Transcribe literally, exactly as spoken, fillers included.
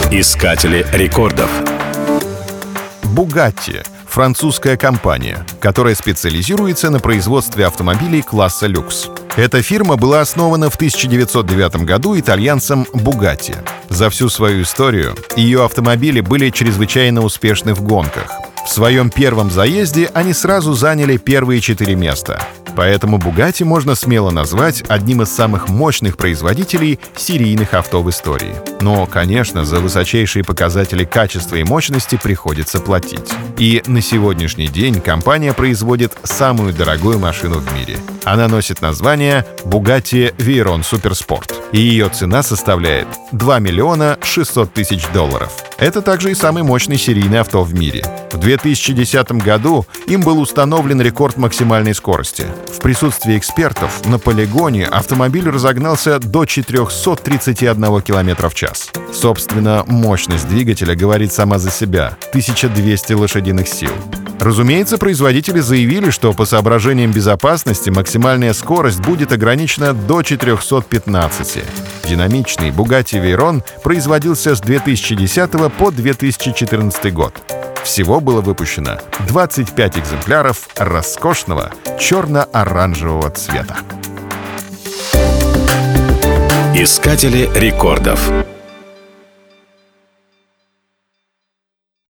Искатели рекордов. Bugatti — французская компания, которая специализируется на производстве автомобилей класса люкс. Эта фирма была основана в тысяча девятьсот девятом году итальянцем Bugatti. За всю свою историю ее автомобили были чрезвычайно успешны в гонках. В своем первом заезде они сразу заняли первые четыре места. Поэтому Bugatti можно смело назвать одним из самых мощных производителей серийных авто в истории. Но, конечно, за высочайшие показатели качества и мощности приходится платить. И на сегодняшний день компания производит самую дорогую машину в мире. Она носит название Bugatti Veyron Supersport, и ее цена составляет два миллиона шестьсот тысяч долларов. Это также и самый мощный серийный авто в мире. В две тысячи десятом году им был установлен рекорд максимальной скорости. В присутствии экспертов на полигоне автомобиль разогнался до четырехсот тридцати одного километра в час. Собственно, мощность двигателя говорит сама за себя — тысяча двести лошадиных сил. Разумеется, производители заявили, что по соображениям безопасности максимальная скорость будет ограничена до четырехсот пятнадцати. Динамичный Bugatti Veyron производился с две тысячи десятого по две тысячи четырнадцатый год. Всего было выпущено двадцать пять экземпляров роскошного черно-оранжевого цвета. Искатели рекордов.